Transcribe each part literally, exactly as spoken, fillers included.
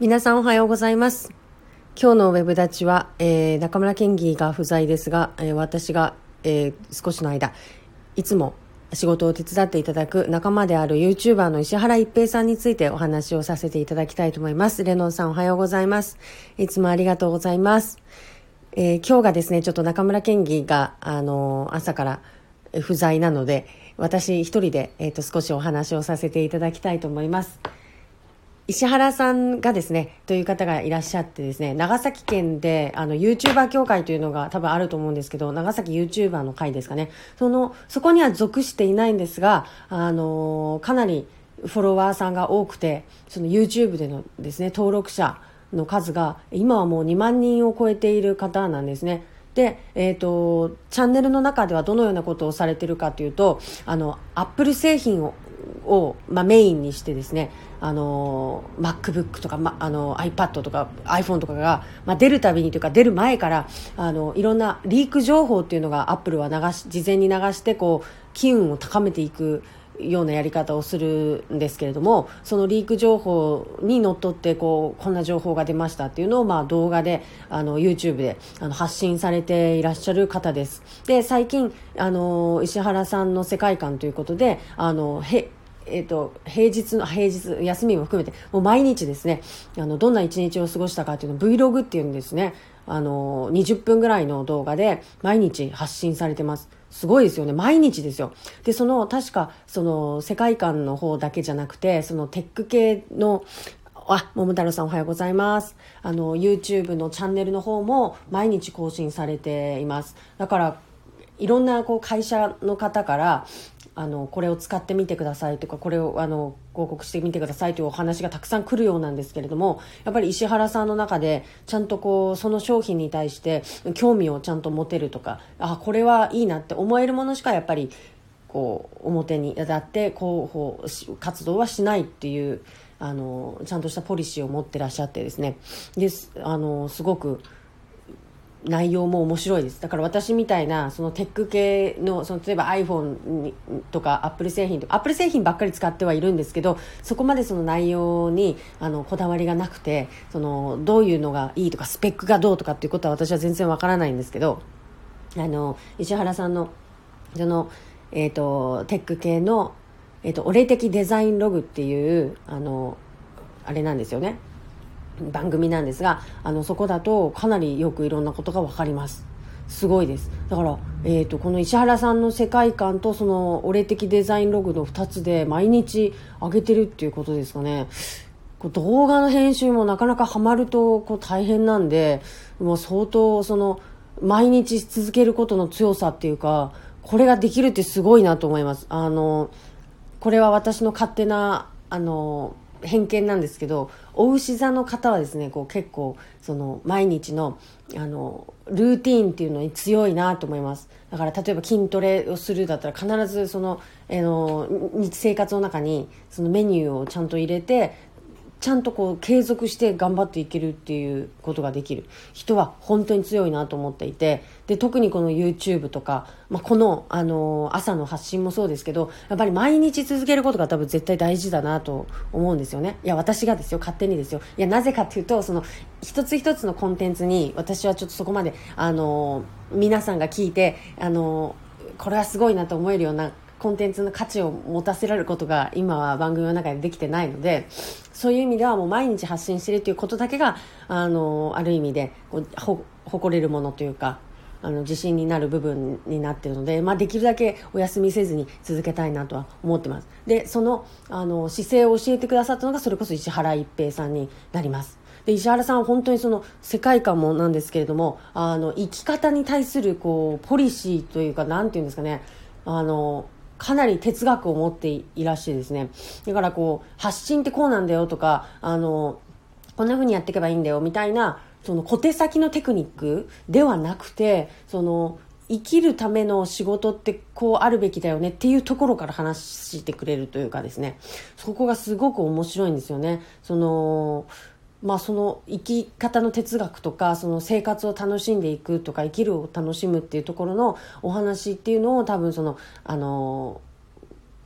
皆さんおはようございます。今日のウェブ立ちは、えー、中村健義が不在ですが、えー、私が、えー、少しの間いつも仕事を手伝っていただく仲間である YouTuber の石原一平さんについてお話をさせていただきたいと思います。レノンさんおはようございます。いつもありがとうございます。えー、今日がですねちょっと中村健義が、あのー、朝から不在なので私一人で、えー、と少しお話をさせていただきたいと思います。石原さんがですねという方がいらっしゃってですね、長崎県であの YouTuber 協会というのが多分あると思うんですけど、長崎 YouTuber の会ですかね、そのそこには属していないんですが、あのかなりフォロワーさんが多くて、その YouTube でのですね登録者の数が今はもうにまんにんを超えている方なんですね。で、えーと、チャンネルの中ではどのようなことをされているかというと、あのアップル製品をを、まあ、メインにしてですね、あの MacBook とか、ま、あの iPad とか iPhone とかが、まあ、出るたびにというか出る前からあのいろんなリーク情報っていうのがアップルは流し事前に流してこう機運を高めていくようなやり方をするんですけれども、そのリーク情報にのっとってこうこんな情報が出ましたっていうのを、まあ、動画であの YouTube であの発信されていらっしゃる方です。で、最近あの石原さんの世界観ということであのへえー、と平日の平日休みも含めてもう毎日ですね、あのどんな一日を過ごしたかというのを Vlog っていうんですね、あのにじゅっぷんぐらいの動画で毎日発信されてます。すごいですよね、毎日ですよ。で、その確かその世界観の方だけじゃなくて、そのテック系のあ、桃太郎さんおはようございます。あの YouTube のチャンネルの方も毎日更新されています。だからいろんなこう会社の方からあのこれを使ってみてくださいとか、これをあの広告してみてくださいというお話がたくさん来るようなんですけれども、やっぱり石原さんの中でちゃんとこうその商品に対して興味をちゃんと持てるとか、あ、これはいいなって思えるものしかやっぱりこう表に立って広報活動はしないっていう、あのちゃんとしたポリシーを持ってらっしゃってですね、ですあのすごく内容も面白いです。だから私みたいなそのテック系の、その例えば iPhone とか Apple 製品とか Apple 製品ばっかり使ってはいるんですけど、そこまでその内容にあのこだわりがなくて、そのどういうのがいいとかスペックがどうとかっていうことは私は全然わからないんですけど、あの石原さんのその、えーと、テック系の、えーと、俺的デザインログっていうあのあれなんですよね、番組なんですが、あのそこだとかなりよくいろんなことが分かります。すごいです。だから、えーと、この石原さんの世界観とその俺的デザインログのふたつで毎日上げてるっていうことですかね。こう動画の編集もなかなかハマるとこう大変なんで、もう相当その毎日続けることの強さっていうか、これができるってすごいなと思います。あのこれは私の勝手なあの偏見なんですけど、お牛座の方はですね、こう結構その毎日のあのルーティーンっていうのに強いなと思います。だから例えば筋トレをするだったら必ずその、あの生活の中にそのメニューをちゃんと入れて、ちゃんとこう継続して頑張っていけるっていうことができる人は本当に強いなと思っていて、で特にこの YouTube とか、まあ、この、あのー、朝の発信もそうですけど、やっぱり毎日続けることが多分絶対大事だなと思うんですよね。いや私がですよ、勝手にですよ。いやなぜかっていうと、その一つ一つのコンテンツに私はちょっとそこまで、あのー、皆さんが聞いて、あのー、これはすごいなと思えるようなコンテンツの価値を持たせられることが今は番組の中でできてないので、そういう意味ではもう毎日発信しているということだけがあのある意味でこうほ誇れるものというか、あの自信になる部分になっているので、まあ、できるだけお休みせずに続けたいなとは思ってます。でその、あの姿勢を教えてくださったのがそれこそ石原一平さんになります。で石原さんは本当にその世界観もなんですけれども、あの生き方に対するこうポリシーというか、なんていうんですかね、あのかなり哲学を持っていらっしゃるですね。だからこう発信ってこうなんだよとか、あのこんな風にやっていけばいいんだよみたいな、その小手先のテクニックではなくて、その生きるための仕事ってこうあるべきだよねっていうところから話してくれるというかですね、そこがすごく面白いんですよね。そのまあ、その生き方の哲学とか、その生活を楽しんでいくとか、生きるを楽しむっていうところのお話っていうのを多分そのあの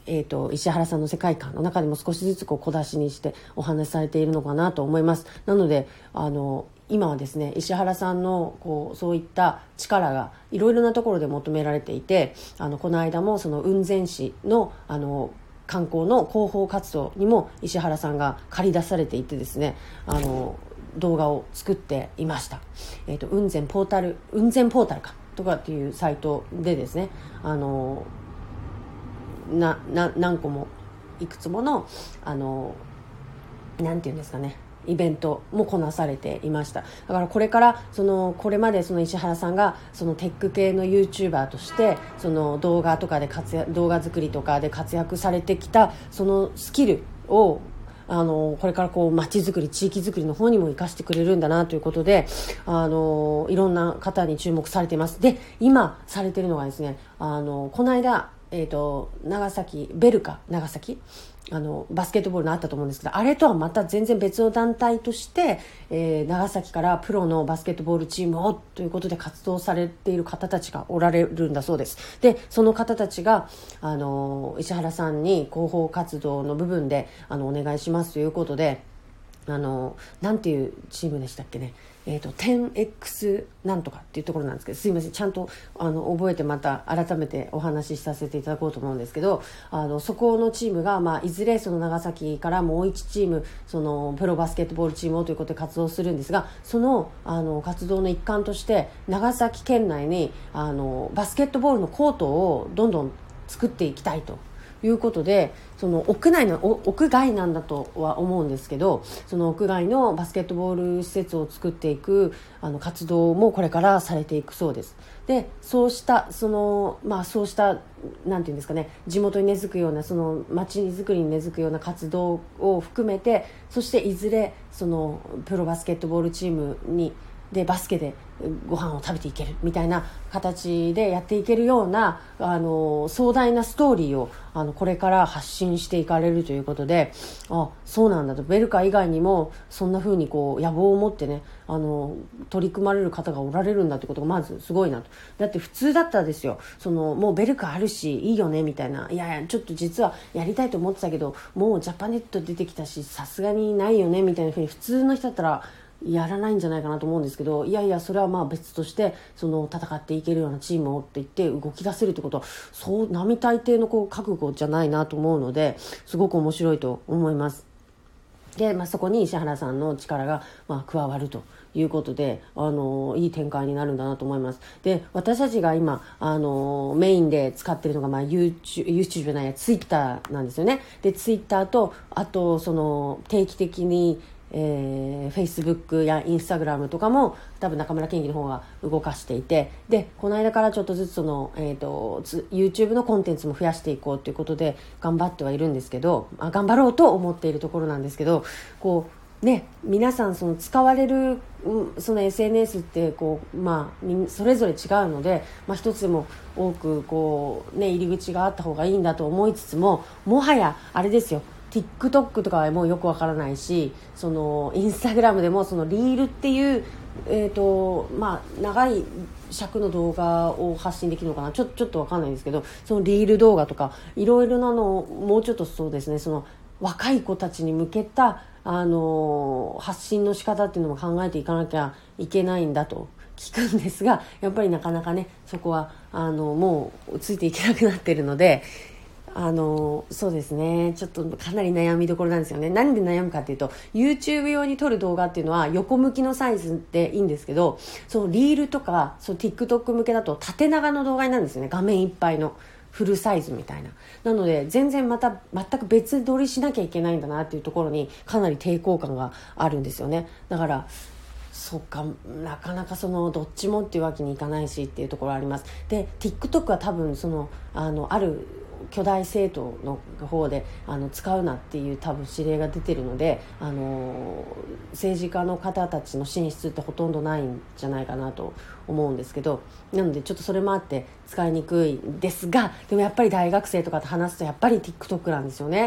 えーと、石原さんの世界観の中でも少しずつこう小出しにしてお話しされているのかなと思います。なのであの今はですね、石原さんのこうそういった力がいろいろなところで求められていて、あのこの間もその雲仙市のあの観光の広報活動にも石原さんが駆り出されていてですね、あの動画を作っていました。えーと、雲仙ポータル雲仙ポータルかとかっていうサイトでですね、あのなな何個もいくつものあのなんていうんですかね、イベントもこなされていました。だからこれからそのこれまでその石原さんがそのテック系の YouTuber としてその動画とかで活躍動画作りとかで活躍されてきたそのスキルをあのこれからこう街づくり地域づくりの方にも生かしてくれるんだなということで、あのいろんな方に注目されています。で今されているのがですね、あのこの間えーと、長崎ベルカ長崎あのバスケットボールのあったと思うんですけど、あれとはまた全然別の団体として、えー、長崎からプロのバスケットボールチームをということで活動されている方たちがおられるんだそうです。でその方たちがあの石原さんに広報活動の部分であのお願いしますということで、あのなんていうチームでしたっけね、えーと、テンエックス なんとかっていうところなんですけど、すいません、ちゃんとあの覚えてまた改めてお話しさせていただこうと思うんですけど、あのそこのチームが、まあ、いずれその長崎からもういちチームそのプロバスケットボールチームをということで活動するんですが、その、あの活動の一環として長崎県内にあのバスケットボールのコートをどんどん作っていきたいということで、その屋内の屋外なんだとは思うんですけど、その屋外のバスケットボール施設を作っていくあの活動もこれからされていくそうです。でそうしたその、まあ、そうしたなんていうんですかね、地元に根付くようなその街づくりに根付くような活動を含めて、そしていずれそのプロバスケットボールチームにでバスケでご飯を食べていけるみたいな形でやっていけるようなあの壮大なストーリーをあのこれから発信していかれるということで、あそうなんだと、ベルカ以外にもそんな風にこう野望を持ってね、あの取り組まれる方がおられるんだってことがまずすごいなと。だって普通だったらですよ、そのもうベルカあるしいいよねみたいな、いやいやちょっと実はやりたいと思ってたけどもうジャパネット出てきたしさすがにないよねみたいな風に普通の人だったらやらないんじゃないかなと思うんですけど、いやいやそれはまあ別としてその戦っていけるようなチームをって言って動き出せるってことはそう並大抵のこう覚悟じゃないなと思うので、すごく面白いと思います。で、まあ、そこに石原さんの力がまあ加わるということで、あのいい展開になるんだなと思います。で私たちが今あのメインで使っているのが、まあ、YouTube, YouTube じゃないや Twitter なんですよね。で Twitter とあとその定期的にえー、Facebook や Instagram とかも多分中村健二の方が動かしていて、でこの間からちょっとずつその、えーと、YouTube のコンテンツも増やしていこうということで頑張ってはいるんですけど、あ頑張ろうと思っているところなんですけど、こうね、皆さんその使われるその エスエヌエス ってこう、まあ、それぞれ違うので、まあ、一つでも多くこう、ね、入り口があった方がいいんだと思いつつも、もはやあれですよ、TikTok とかはもうよくわからないし、そのインスタグラムでもそのリールっていう、えーとまあ、長い尺の動画を発信できるのかな、ちょちょっとわかんないんですけど、そのリール動画とかいろいろなのをもうちょっとそうですね、その若い子たちに向けたあの発信の仕方っていうのも考えていかなきゃいけないんだと聞くんですが、やっぱりなかなかねそこはあのもうついていけなくなっているので、あのそうですね、ちょっとかなり悩みどころなんですよね。何で悩むかっていうと、 YouTube 用に撮る動画っていうのは横向きのサイズでいいんですけど、そのリールとかその TikTok 向けだと縦長の動画になるんですよね。画面いっぱいのフルサイズみたいな。なので全然また全く別撮りしなきゃいけないんだなっていうところにかなり抵抗感があるんですよね。だからそっか、なかなかそのどっちもっていうわけにいかないしっていうところあります。で TikTok は多分そのあのある巨大政党の方であの使うなっていう多分指令が出てるので、あの政治家の方たちの進出ってほとんどないんじゃないかなと思うんですけど、なのでちょっとそれもあって使いにくいんですが、でもやっぱり大学生とかと話すとやっぱり TikTok なんですよね。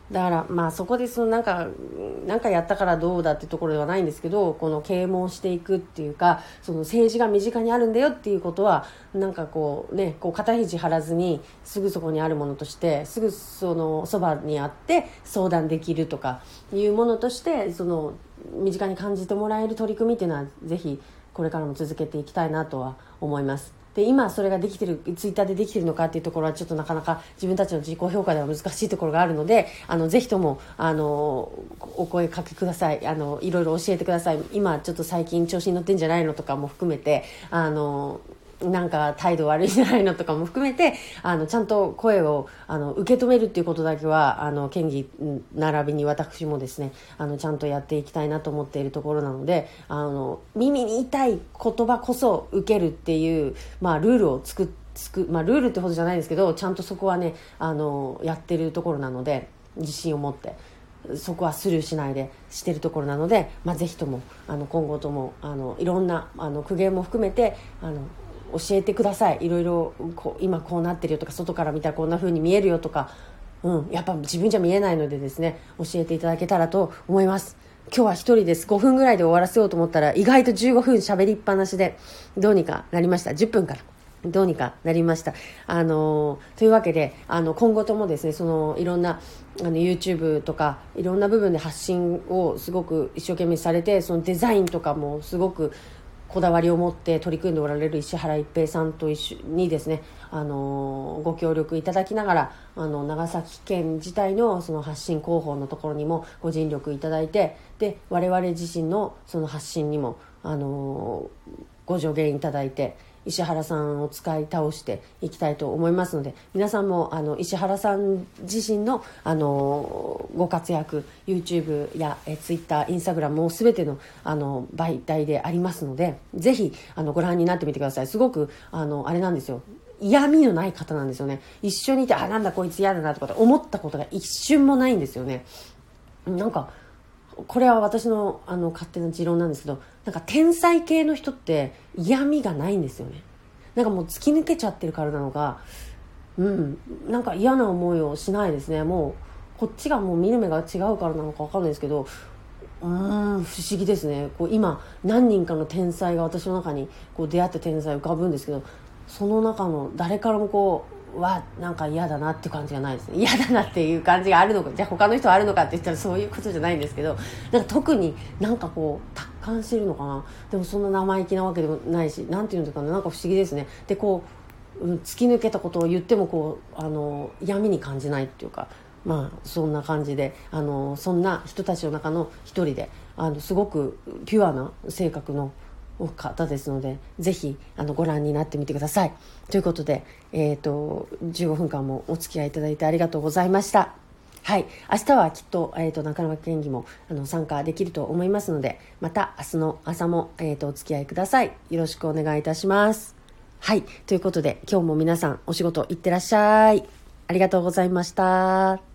だからまあそこでそのなんかなんかやったからどうだってところではないんですけど、この啓蒙していくっていうか、その政治が身近にあるんだよっていうことはなんかこうね、こう肩肘張らずにすぐそこにあるものとして、すぐそのそばにあって相談できるとかいうものとして、その身近に感じてもらえる取り組みっていうのはぜひこれからも続けていきたいなとは思います。で今それができてる、ツイッターでできてるのかっていうところはちょっとなかなか自分たちの自己評価では難しいところがあるので、あのぜひともあのお声かけください。あのいろいろ教えてください。今ちょっと最近調子に乗ってんじゃないのとかも含めて、あのなんか態度悪いんじゃないのとかも含めて、あのちゃんと声をあの受け止めるっていうことだけは、あの県議並びに私もですね、あのちゃんとやっていきたいなと思っているところなので、あの耳に痛い言葉こそ受けるっていう、まあ、ルールを作っつく、まあ、ルールってほどじゃないですけど、ちゃんとそこはね、あのやってるところなので、自信を持ってそこはスルーしないでしてるところなので、まあ、ぜひともあの今後ともあのいろんなあの苦言も含めてあの教えてください。いろいろこう今こうなってるよとか、外から見たらこんな風に見えるよとか、うん、やっぱ自分じゃ見えないのでですね、教えていただけたらと思います。今日は一人です。ごふんぐらいで終わらせようと思ったら意外とじゅうごふん喋りっぱなしでどうにかなりました。じゅっぷんからどうにかなりました。あのー、というわけで、あの今後ともですね、そのいろんなあの YouTube とかいろんな部分で発信をすごく一生懸命されて、そのデザインとかもすごくこだわりを持って取り組んでおられる石原一平さんと一緒にですね、あのご協力いただきながら、あの長崎県自体のその発信広報のところにもご尽力いただいて、で我々自身のその発信にもあのご助言いただいて、石原さんを使い倒していきたいと思いますので、皆さんもあの石原さん自身の、あのご活躍 YouTube やえ Twitter、Instagram も全ての、あの媒体でありますので、ぜひあのご覧になってみてください。すごくあのあれなんですよ、嫌味のない方なんですよね。一緒にいて、あ、なんだこいつ嫌だなとか思ったことが一瞬もないんですよね。なんかこれは私のあの勝手な持論なんですけど、なんか天才系の人って嫌味がないんですよね。なんかもう突き抜けちゃってるからなのか、うん、なんか嫌な思いをしないですね。もうこっちがもう見る目が違うからなのか分かんないですけど、うーん、不思議ですね。こう今何人かの天才が私の中にこう出会った天才浮かぶんですけど、その中の誰からもこうはなんか嫌だなっていう感じがないですね。嫌だなっていう感じがあるのか、じゃあ他の人はあるのかって言ったらそういうことじゃないんですけど、なんか特になんかこう達観してるのかな。でもそんな生意気なわけでもないし、なんていうんですかね、なんか不思議ですね。でこう、うん、突き抜けたことを言ってもこうあの闇に感じないっていうか、まあそんな感じで、あのそんな人たちの中の一人で、あのすごくピュアな性格の方ですので、ぜひあのご覧になってみてください。ということで、えーと、じゅうごふんかんもお付き合いいただいてありがとうございました。はい、明日はきっと、えーと、中山県議もあの参加できると思いますので、また明日の朝も、えーと、お付き合いください。よろしくお願いいたします。はい、ということで今日も皆さんお仕事行ってらっしゃい。ありがとうございました。